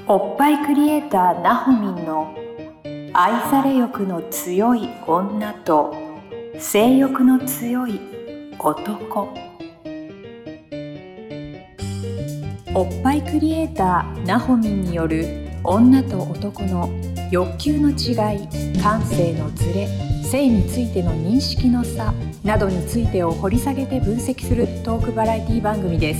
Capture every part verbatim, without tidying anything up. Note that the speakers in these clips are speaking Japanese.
おっぱいクリエイターなほみんの愛され欲の強い女と性欲の強い男。おっぱいクリエイターなほみんによる女と男の欲求の違い、感性のズレ、性についての認識の差などについてを掘り下げて分析するトークバラエティ番組です。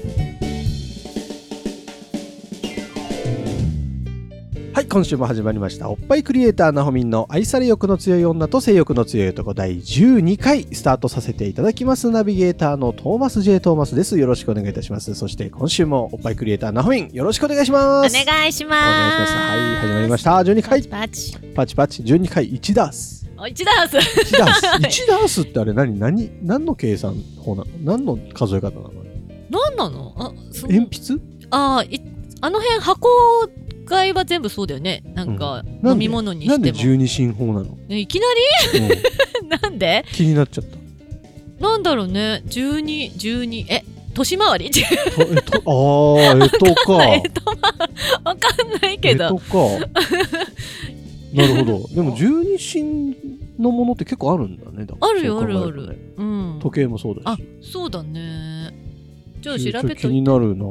はい、今週も始まりましたおっぱいクリエイターなほみんの愛され欲の強い女と性欲の強い男だいじゅうにかいスタートさせていただきます。ナビゲーターのトーマス J トーマスです。よろしくお願いいたします。そして今週もおっぱいクリエイターなほみんよろしくお願いします。 お願いします。 お願いします。はい、始まりましたじゅうにかいパチパチパチパチじゅうにかいいちダースいちダースいちダースいちダースってあれ何何何の計算法なの？何の数え方なの？ 何なの？あ、その鉛筆？ あいあの辺箱買いは全部そうだよね。なんか、うん、飲み物にしてもなんでじゅうに進法なの？ いきなり、うん、なんで？ 気になっちゃった。 なんだろうね。じゅうに、じゅうにえ年回り？ えとあーえとかえとわかんないけど。 えとかなるほど。でもじゅうに進のものって結構あるんだね。だあるよ、あるある、 る、うん。 時計もそうだし。 あ、そうだね。ちょっと調べといて。 気になるな、うん、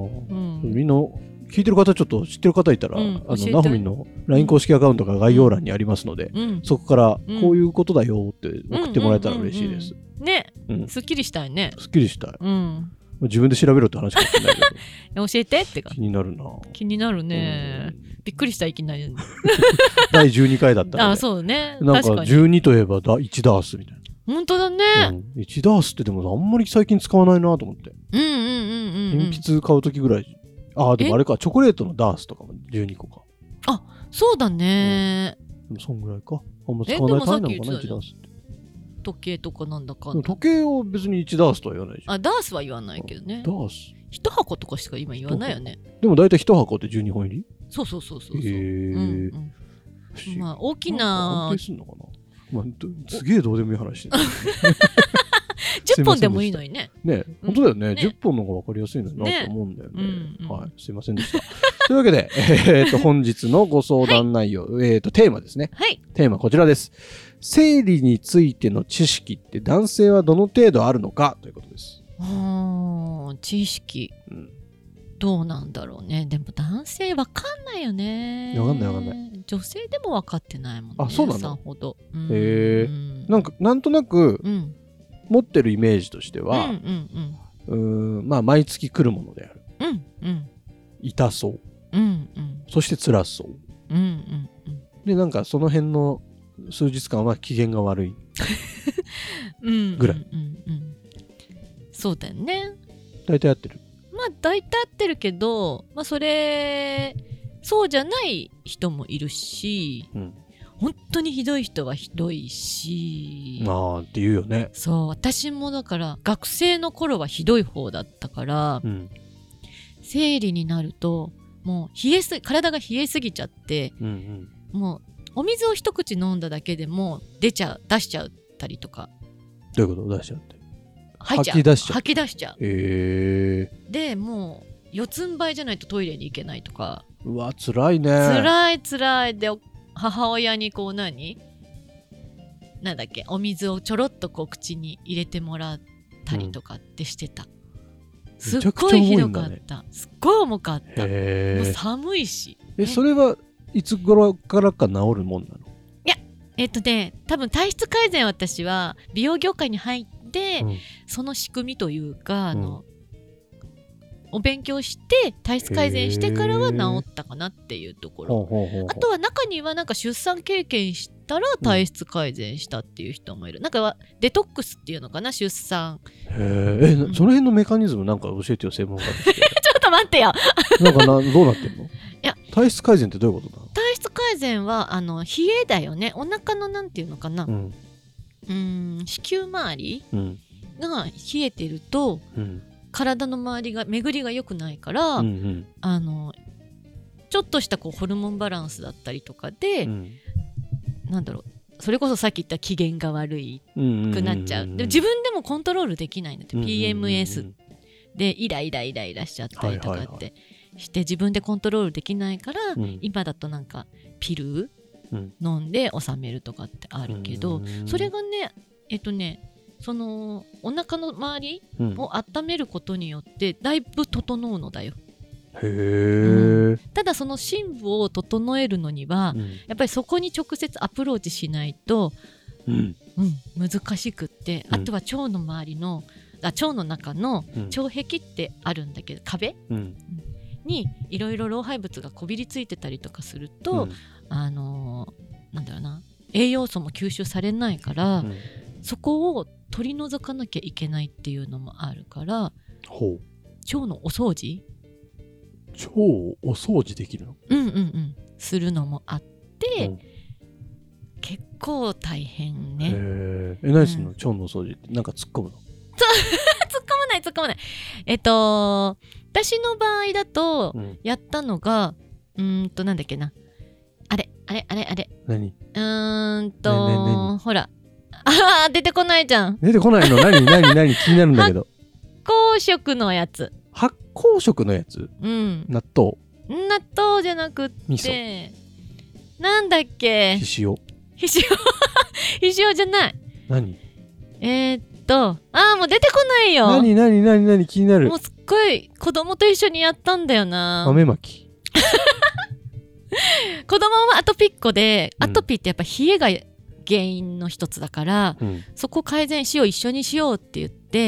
みんな聞いてる方ちょっと知ってる方いたら、うん、あのなほみんの ライン 公式アカウントが概要欄にありますので、うん、そこからこういうことだよって送ってもらえたら嬉しいです。 ね、うん、すっきりしたいね。 すっきりしたい、 うん、 自分で調べろって話かもしれないけど教えてってか気になるな。 気になるね、うん、びっくりした。いきなりだいじゅうにかいだったのであ、そうね。 なんかじゅうにといえばいちダースみたいな。 本当だね、 うん、いちダースってでもあんまり最近使わないなと思って、 うんうんうんうん、うん、 鉛筆買うときぐらい。あ、でもあれか、チョコレートのダースとかもじゅうにこか。 あ、そうだね、 うん、でもそんぐらいか。あんま使わない単位なのかな、いちダースって。 時計とかなんだかんだ。時計を別にいちダースとは言わないじゃん。 あ、ダースは言わないけどね。 ダースいち箱とかしか今言わないよね。 でも大体いち箱ってじゅうにほん入り？そうそうそうそうそう。 へー、うんうん、まあ大きな安定すんのかな。まあ、すげえどうでもいい話じゅっぽんでもいいのにね。 ね、うん、本当だよね、ね。じゅっぽんの方が分かりやすいのになと思うんだよね。ね、うんうん、はい、すいませんでした。というわけで、えー、と本日のご相談内容、はい、えー、とテーマですね。 はい。 テーマこちらです。生理についての知識って男性はどの程度あるのかということです。 あー、知識、うん、どうなんだろうね。でも男性わかんないよね。 わかんないわかんない。 女性でも分かってないもんね。 あ、そうなの？ さんほど。うん、 へー、なんかなんとなく、うん、持ってるイメージとしては、うんうんうん、うーん、まあ毎月来るものである。 うんうん、 痛そう、 うんうん、 そして辛そう、 うんうんうん、 でなんかその辺の数日間は機嫌が悪いぐらい。うんうんうん、 そうだよね。 大体合ってる。 まあ大体合ってるけど、まあそれそうじゃない人もいるし、うん、本当にひどい人はひどいし、 あーって言うよね。 そう、私もだから学生の頃はひどい方だったから、うん、生理になるともう冷えす体が冷えすぎちゃって、うんうん、もうお水を一口飲んだだけでも出ちゃう出しちゃったりとか。 どういうこと？出しちゃうって吐いちゃう、 吐き出しちゃう。 吐き出しちゃう。 へー。 でもう四つん這いじゃないとトイレに行けないとか。 うわ辛いね。 辛い辛いで母親にこう何なんだっけお水をちょろっとこう口に入れてもらったりとかってしてた、うん、すっごいひどかった、ね、すっごい重かった。 へもう寒いし。 え、ね、それはいつ頃からか治るもんなの？ いやえっとね多分体質改善、私は美容業界に入って、うん、その仕組みというかあの、うん、お勉強して体質改善してからは治ったかなっていうところ。あとは中にはなんか出産経験したら体質改善したっていう人もいる、うん、なんかデトックスっていうのかな、出産。 へえ、うん、その辺のメカニズムなんか教えてよ、専門家としてちょっと待ってよなんかなどうなってんの？いや体質改善ってどういうことなの？ 体質改善はあの冷えだよね。お腹のなんていうのかな、うん、うーん子宮周りが冷えてると、うん、体の周りが巡りが良くないから、うんうん、あのちょっとしたこうホルモンバランスだったりとかで、うん、なんだろう、それこそさっき言った機嫌が悪いくなっちゃう。で自分でもコントロールできないんだって、うんうんうん、ピーエムエス でイライライライラしちゃったりとかってして自分でコントロールできないから、うん、今だとなんかピル、うん、飲んで収めるとかってあるけど、それがねえっとねそのお腹の周りを温めることによってだいぶ整うのだよ。 へー、うん、 ただその深部を整えるのには、うん、やっぱりそこに直接アプローチしないと、うんうん、難しくって、うん、あとは腸の周りのあ腸の中の腸壁ってあるんだけど、壁、うん、にいろいろ老廃物がこびりついてたりとかすると、うん、あのー、なんだろうな栄養素も吸収されないから、うん、そこを取り除かなきゃいけないっていうのもあるから、 ほう腸のお掃除腸をお掃除できるの？ うんうんうんするのもあって、うん、結構大変ね。 へえ、何するの、うん、腸のお掃除ってなんか突っ込むの？突っ込まない突っ込まない。えっと私の場合だと、うん、やったのがうーんとなんだっけなあれあれあれあれ何うーんと、ねねね、ほらあー出てこないじゃん。 出てこないの？何何何気になるんだけど。 発酵食のやつ。 発酵食のやつ、うん、納豆納豆じゃなくって味噌なんだっけひしおひしおひしおじゃない。 何えー、っとあーもう出てこないよ。 何何何何気になる。 もうすっごい子供と一緒にやったんだよな。 豆まき子供はアトピックで、うん、アトピーってやっぱ冷えが原因の一つだから、うん、そこを改善しよう一緒にしようって言って、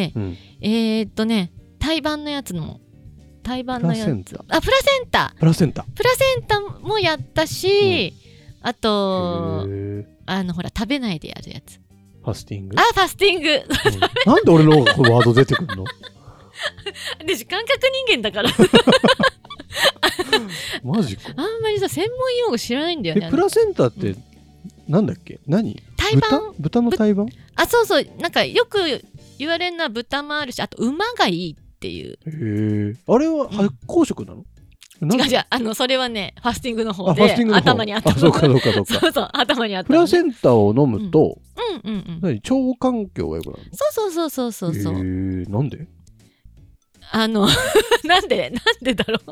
うん、えー、っとね胎盤のやつも胎盤のやつあプラセンタプラセンタプラセンタもやったし、うん、あとあのほら食べないでやるやつファスティングあファスティング、うん、 なんで俺のワード出てくるの私感覚人間だからマジか。 あんまりさ専門用語知らないんだよね。 えプラセンタってなんだっけ、うん、何胎盤豚, 豚の胎盤あそうそうなんかよく言われるのは豚もあるしあと馬がいいっていう。 へえ。あれは発酵食なの？ うん、違う違うあのそれはねファスティングの方で頭にあったあそうかそうかそうかそうそう頭にあった、 ね、プラセンタを飲むと、 うん、うんうんうん何腸環境が良くなるの？ そうそうそうそうそうそう。へえ。なんで？ あのなんでなんでだろう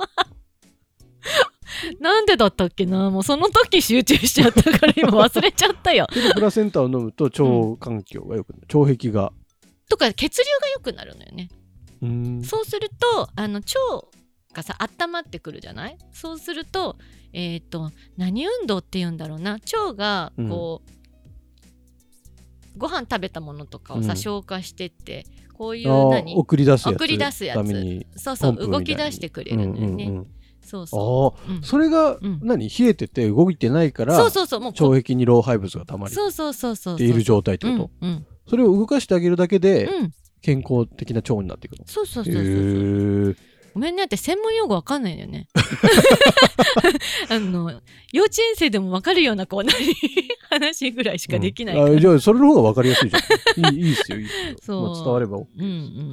なんでだったっけな。もうその時集中しちゃったから今忘れちゃったよ。 でプラセンタを飲むと腸環境が良くなる、うん、腸壁がとか血流が良くなるのよね。うーんそうするとあの腸がさ温まってくるじゃない。そうするとえっ、ー、と何運動っていうんだろうな腸がこう、うん、ご飯食べたものとかをさ、うん、消化してってこういう何送り出すやつ送り出すやつそうそう動き出してくれるのよね、うんうんうん、そうそう、 あ、うん、それが、うん、何冷えてて動いてないからそうそうそうもう腸壁に老廃物がたまりそうそうそうそうっている状態ってこと、うんうん、それを動かしてあげるだけで、うん、健康的な腸になっていくの。 そうそうそうそうそうごめんねって専門用語わかんないんだよねあの幼稚園生でもわかるようなこう何話ぐらいしかできないから、 うん、あじゃあそれの方がわかりやすいじゃんいいいいっすよいいっすよそう、まあ、伝われば OK、うんうん、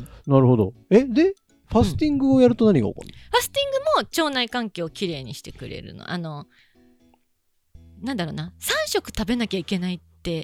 なるほど。えでファスティングをやると何が起こるの？ ファスティングも腸内環境をきれいにしてくれるの。あのなんだろうなさん食食べなきゃいけないって、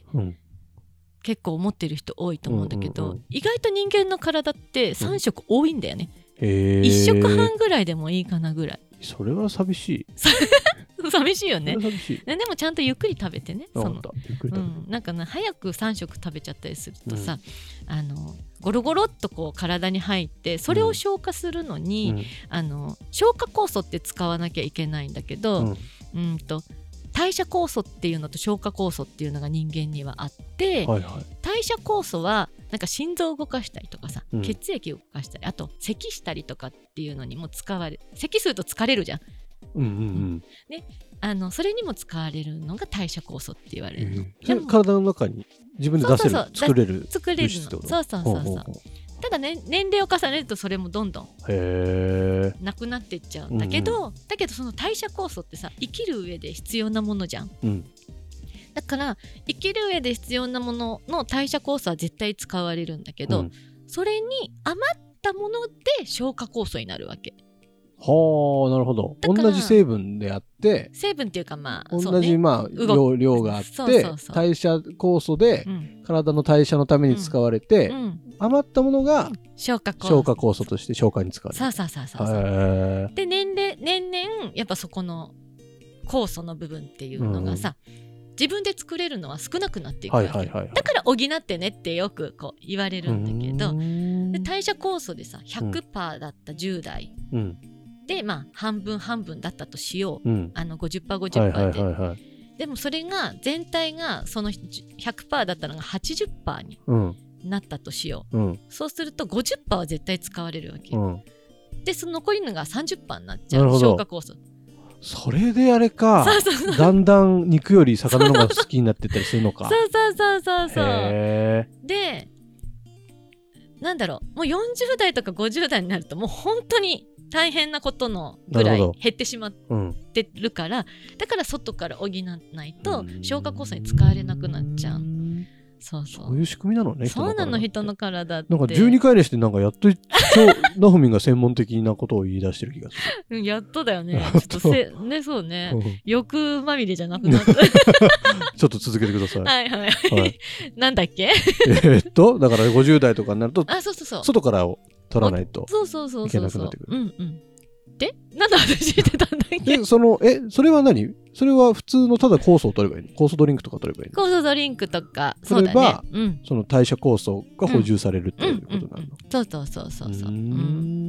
うん、結構思ってる人多いと思うんだけど、うんうんうん、意外と人間の体ってさん食多いんだよね、うん、へいっ食半ぐらいでもいいかなぐらい。 それは寂しい寂しいよね。 寂しい。 でもちゃんとゆっくり食べてね。 そのゆっくり食べて、うん、 なんかな早くさん食食べちゃったりするとさ、うん、あのゴロゴロっとこう体に入ってそれを消化するのに、うん、あの消化酵素って使わなきゃいけないんだけど、うん、うんと代謝酵素っていうのと消化酵素っていうのが人間にはあって、はいはい、代謝酵素はなんか心臓を動かしたりとかさ、うん、血液を動かしたりあと咳したりとかっていうのにも使われ咳すると疲れるじゃん、うんうんうん、であのそれにも使われるのが代謝酵素って言われるの、 えー、体の中に自分で出せるそうそうそう作れる作れるのそうそうそうそうほうほうほうただね年齢を重ねるとそれもどんどんへなくなっていっちゃうんだけど、うんうん、だけどその代謝酵素ってさ生きる上で必要なものじゃん、うん、だから生きる上で必要なものの代謝酵素は絶対使われるんだけど、うん、それに余ったもので消化酵素になるわけ。 はあ、なるほど。同じ成分であって成分っていうかまあ同じ、ね、まあ量, 量があってそうそうそう代謝酵素で体の代謝のために使われて、うんうん、余ったものが消化酵素として消化に使われる。 そうそうそうそう。で年齢年々やっぱそこの酵素の部分っていうのがさ、うん、自分で作れるのは少なくなっていくわけ、はいはいはいはい、だから補ってねってよくこう言われるんだけど、で代謝酵素でさ ひゃくパーセント だったじゅう代、うんでまあ半分半分だったとしよう、うん、あの ごじゅっパーセントごじゅっパーセント で、はいはいはいはい、でもそれが全体がその ひゃくパーセント だったのが はちじゅっパーセント になったとしよう、うん、そうすると ごじゅっパーセント は絶対使われるわけ、うん、でその残りのが さんじゅっパーセント になっちゃう消化酵素。 それであれかそうそうそうだんだん肉より魚の方が好きになってったりするのかそうそうそうそうそうでなんだろうもうよんじゅう代とかごじゅう代になるともう本当に大変なことのぐらい減ってしまってるから、うん、だから外から補わないと消化酵素に使われなくなっちゃう。そうそうそういう仕組みなのね。 そうなの人の体って。 なんかじゅうにかいにしてなんかやっとナホミンが専門的なことを言い出してる気がする。やっとだよね。ちょっとせねそうね、うん、欲まみれじゃなくなったちょっと続けてください。 はいはい、はい、なんだっけえーっとだからごじゅう代とかになるとあそうそうそう外からを取らないとそうそうそういけなくなってくる。 うんうんでなんで私言ってたんだっけ。 でそのえそれは何それは普通のただ酵素を取ればいいの。酵素ドリンクとか取ればいいの。 酵素ドリンクとかそうだね。それは、うん、その代謝酵素が補充されるっていうことなの、うんうんうん、 そうそうそうそうそう、うん、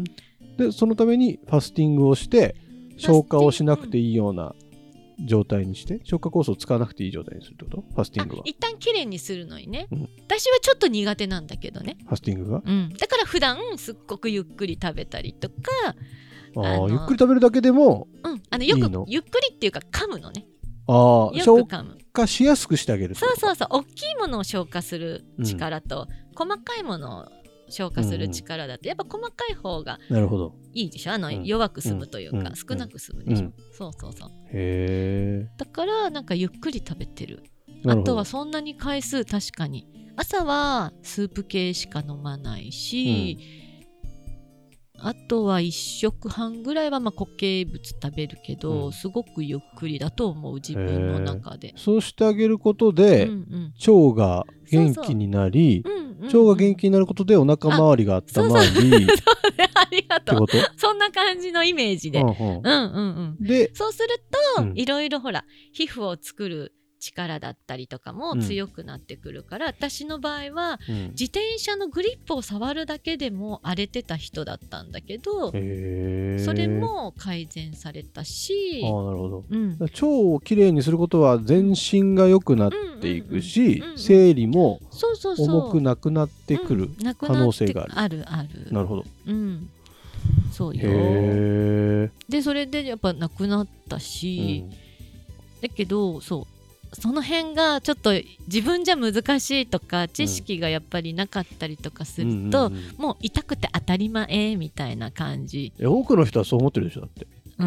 でそのためにファスティングをして消化をしなくていいような状態にして消化酵素を使わなくていい状態にするってこと。ファスティングは一旦きれいにするのにね、うん、私はちょっと苦手なんだけどねファスティングが、 うん、だから普段すっごくゆっくり食べたりとかああゆっくり食べるだけでもいいの、うん、あのよくゆっくりっていうか噛むのね。 ああ消化しやすくしてあげる。 そうそうそう大きいものを消化する力と、うん、細かいものを消化する力だと、うんうん、やっぱ細かい方がいいでしょ。あの、うん、弱く済むというか、うん、少なく済むでしょ、うん、そうそうそうへー。 だからなんかゆっくり食べてる。あとはそんなに回数確かに朝はスープ系しか飲まないし、うん、あとはいっ食半ぐらいはまあ固形物食べるけど、うん、すごくゆっくりだと思う自分の中で。 そうしてあげることで、うんうん、腸が元気になりそうそう、うんうんうん、腸が元気になることでお腹周りが温まりそうそうそうありがとうそんな感じのイメージで、うんうんうんうん、でそうすると、うん、いろいろほら皮膚を作る力だったりとかも強くなってくるから、うん、私の場合は、うん、自転車のグリップを触るだけでも荒れてた人だったんだけど、へー、それも改善されたし。 あ、なるほど、うん、腸をきれいにすることは全身が良くなっていくし、生理も重くなくなってくる可能性がある。 あるある。 なるほど、 うん、そうよ。へー。でそれでやっぱなくなったし、うん、だけどそうその辺がちょっと自分じゃ難しいとか知識がやっぱりなかったりとかすると、うんうんうん、もう痛くて当たり前みたいな感じ。 え多くの人はそう思ってるでしょだって、 うん、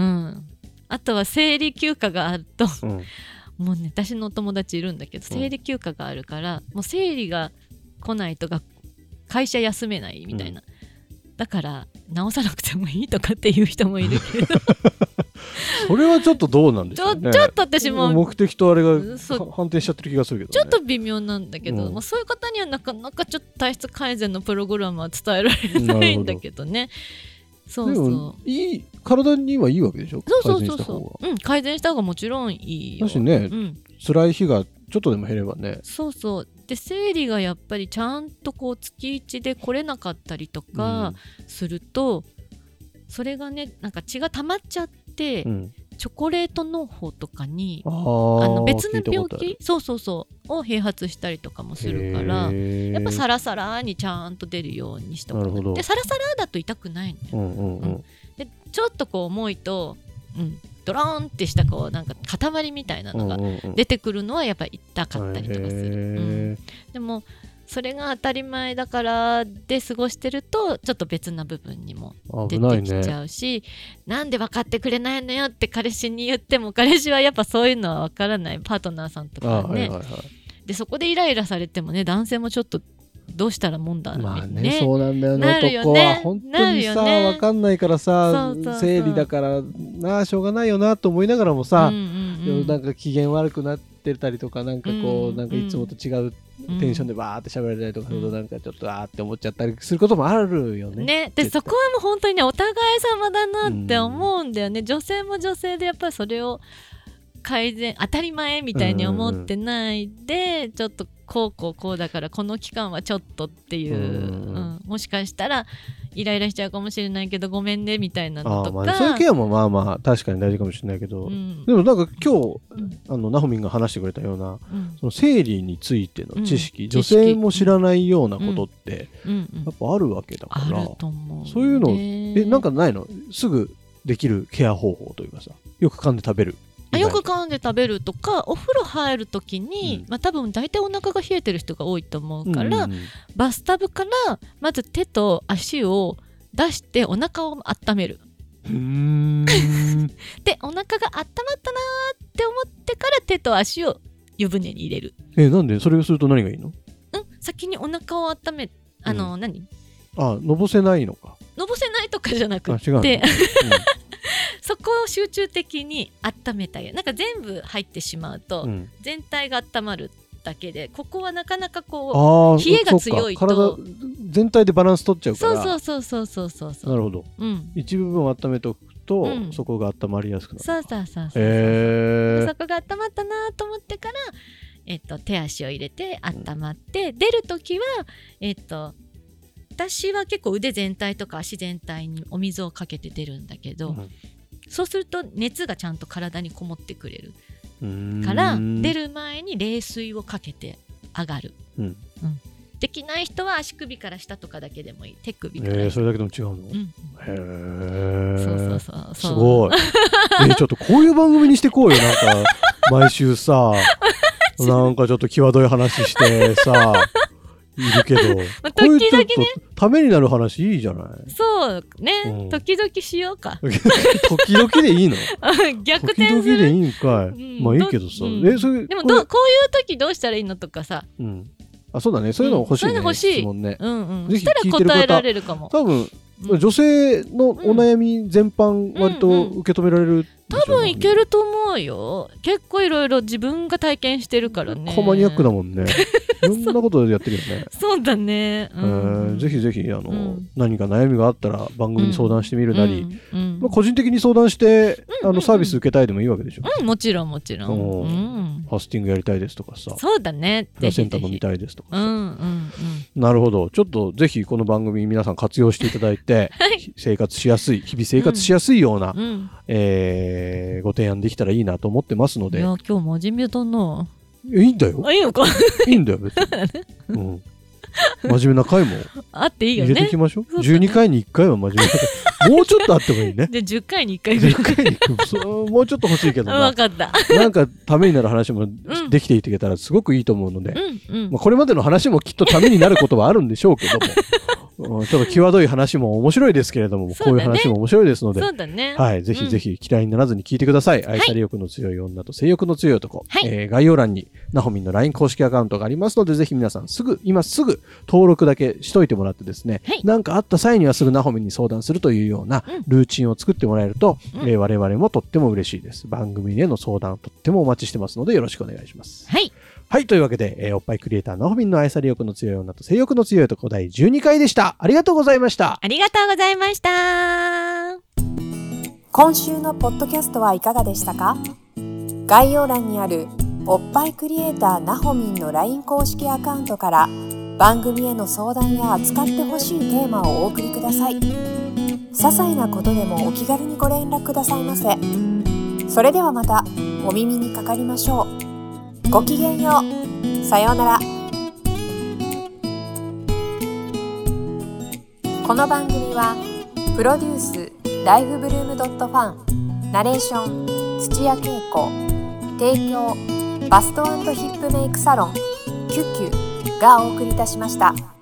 あとは生理休暇があると、うん、もうね私のお友達いるんだけど生理休暇があるから、うん、もう生理が来ないとか会社休めないみたいな、うん、だから直さなくてもいいとかっていう人もいるけどそれはちょっとどうなんでしょうね。 ちょ、ちょっと私も目的とあれが反転しちゃってる気がするけど、ね、 ちょっと微妙なんだけど、うんまあ、そういう方にはなかなかちょっと体質改善のプログラムは伝えられないんだけどね。そうそういい体にはいいわけでしょ。 そうそうそうそう、うん、改善した方がもちろんいいよ。 だしね、うん、辛い日がちょっとでも減ればね。 そうそうで生理がやっぱりちゃんとこう月いちで来れなかったりとかすると、うん、それがねなんか血が溜まっちゃって、うん、チョコレート農法とかにあの別の病気そうそうそうを併発したりとかもするからやっぱサラサラにちゃんと出るようにしておく。でサラサラだと痛くないのよ、うんうんうんうん、でちょっとこう重いと、うん、ドローンってしたこうなんか塊みたいなのが出てくるのはやっぱり痛かったりとかする、うん、でもそれが当たり前だからで過ごしてるとちょっと別な部分にも出てきちゃうし、ね、なんで分かってくれないのよって彼氏に言っても彼氏はやっぱそういうのは分からないパートナーさんとかね、はいはいはい、でそこでイライラされてもね男性もちょっとどうしたらもんだ、 まあね、 ね、 そうなんだよね、 なるよね、 男は本当にさ、 ね、 分かんないからさ、 そうそうそう、 生理だからな、しょうがないよなと思いながらもさ、 うんうんうん、 なんか機嫌悪くなってたりとか、なんかこう、 うん、 なんかいつもと違うテンションでバーって喋られたりとかすると、なんかちょっとあーって思っちゃったりすることもあるよね。 ね、でそこはもう本当にね、お互い様だなって思うんだよね、うん、女性も女性でやっぱりそれを改善、当たり前みたいに思ってないで、うん、ちょっとこうこうこうだからこの期間はちょっとっていう、うんうん、もしかしたらイライラしちゃうかもしれないけどごめんねみたいなのとか、 あ、まあ、そういうケアもまあまあ確かに大事かもしれないけど、うん、でもなんか今日、うん、あのナホミンが話してくれたような、うん、その生理についての知識、うん、女性も知らないようなことって、うん、やっぱあるわけだから、 あると思う、 そういうのえなんかないの？すぐできるケア方法というかさ、よく噛んで食べる、 よく噛んで食べるとか、お風呂入るときに、うん、まあ、多分大体お腹が冷えてる人が多いと思うから、うんうんうん、バスタブからまず手と足を出してお腹を温める。うーんでお腹が温まったなって思ってから手と足を湯船に入れる。 え、なんでそれをすると何がいいの？ うん、先にお腹を温め、あの、うん、何？ あ、のぼせないのか。 のぼせないとかじゃなくて、うん、そこを集中的に温めてあげる。なんか全部入ってしまうと、うん、全体が温まるだけで、ここはなかなかこう冷えが強いと体全体でバランス取っちゃうから。 そうそうそうそうそうそう。 なるほど、うん、一部分を温めておくと、うん、そこが温まりやすくなる。 そうそうそうそう、 えー、 そこが温まったなと思ってから、えっと、手足を入れて温まって、うん、出るときはえっと私は結構腕全体とか足全体にお水をかけて出るんだけど、うん、そうすると熱がちゃんと体にこもってくれるから出る前に冷水をかけて上がる、うんうん、できない人は足首から下とかだけでもいい、手首から、 えー、それだけでも違うの、うん、へー、 そうそうそうそう、 すごいえー、ちょっとこういう番組にしてこうよ、なんか毎週さなんかちょっと際どい話してさいるけど、まあ、時々ね、こういうちょっとためになる話いいじゃない。 そうね、うん、時々しようか時々でいいの逆転する、 時々でいいんかい、うん、まあいいけどさ、うん、えそれでもどこういう時どうしたらいいのとかさ、うん、 あ、そうだね、そういうの欲しいね、うん、そういうの欲しい質問ね、 うんうん、ぜひ聞いてる方、そしたら答えられるかも。 多分女性のお悩み全般割と受け止められる、うんうん、 多分いけると思うよ。結構いろいろ自分が体験してるからね。 マニアックだもんねいろんなことやってるよねそうだね、うん、 えー、ぜひぜひあの、うん、何か悩みがあったら番組に相談してみるなり、うんうん、まあ、個人的に相談して、うん、あのサービス受けたいでもいいわけでしょ、 うん、もちろんもちろん、うん、 ファスティングやりたいですとかさ、 そうだね、 プラセンタ飲みたいですとかさ、 うんうんうん、 なるほど、ちょっとぜひこの番組皆さん活用していただいて、はい、生活しやすい、日々生活しやすいような、うんうん、えー、ご提案できたらいいなと思ってますので。いや今日真面目だな。 いいんだよ。 あ、いいのかいいんだよ別に、うん、真面目な回もあっていいよね。 入れていきましょう。じゅうにかいにいっかいは真面目な回もうちょっとあってもいいね。 でじゅっかいにいっかいぐらいじゅっかいにそうもうちょっと欲しいけどな。 分かった。 なんかためになる話もできていけたらすごくいいと思うので、うんうん、まあ、これまでの話もきっとためになることはあるんでしょうけどもうん、ちょっと際どい話も面白いですけれども、ね、こういう話も面白いですので、 そうだね、 はい、ぜひぜひ嫌いにならずに聞いてください、うん、愛され欲の強い女と性欲の強い男、はい、えー、概要欄にナホミンの ライン 公式アカウントがありますので、ぜひ皆さんすぐ今すぐ登録だけしといてもらってですね、はい、なんかあった際にはすぐナホミンに相談するというようなルーチンを作ってもらえると、うん、えー、我々もとっても嬉しいです。番組への相談とってもお待ちしてますのでよろしくお願いします。 はい、 はい、というわけで、えー、おっぱいクリエイターナホミンの愛され欲の強い女と性欲の強い男だいじゅうにかいでした。ありがとうございました。 ありがとうございました。 今週のポッドキャストはいかがでしたか？概要欄にあるおっぱいクリエイターナホミンの ライン 公式アカウントから番組への相談や扱ってほしいテーマをお送りください。些細なことでもお気軽にご連絡くださいませ。それではまたお耳にかかりましょう。ごきげんよう。さようなら。この番組はプロデュースライフブルームドットファン、ナレーション土屋恵子、提供バスト&ヒップメイクサロンキュッキュがお送りいたしました。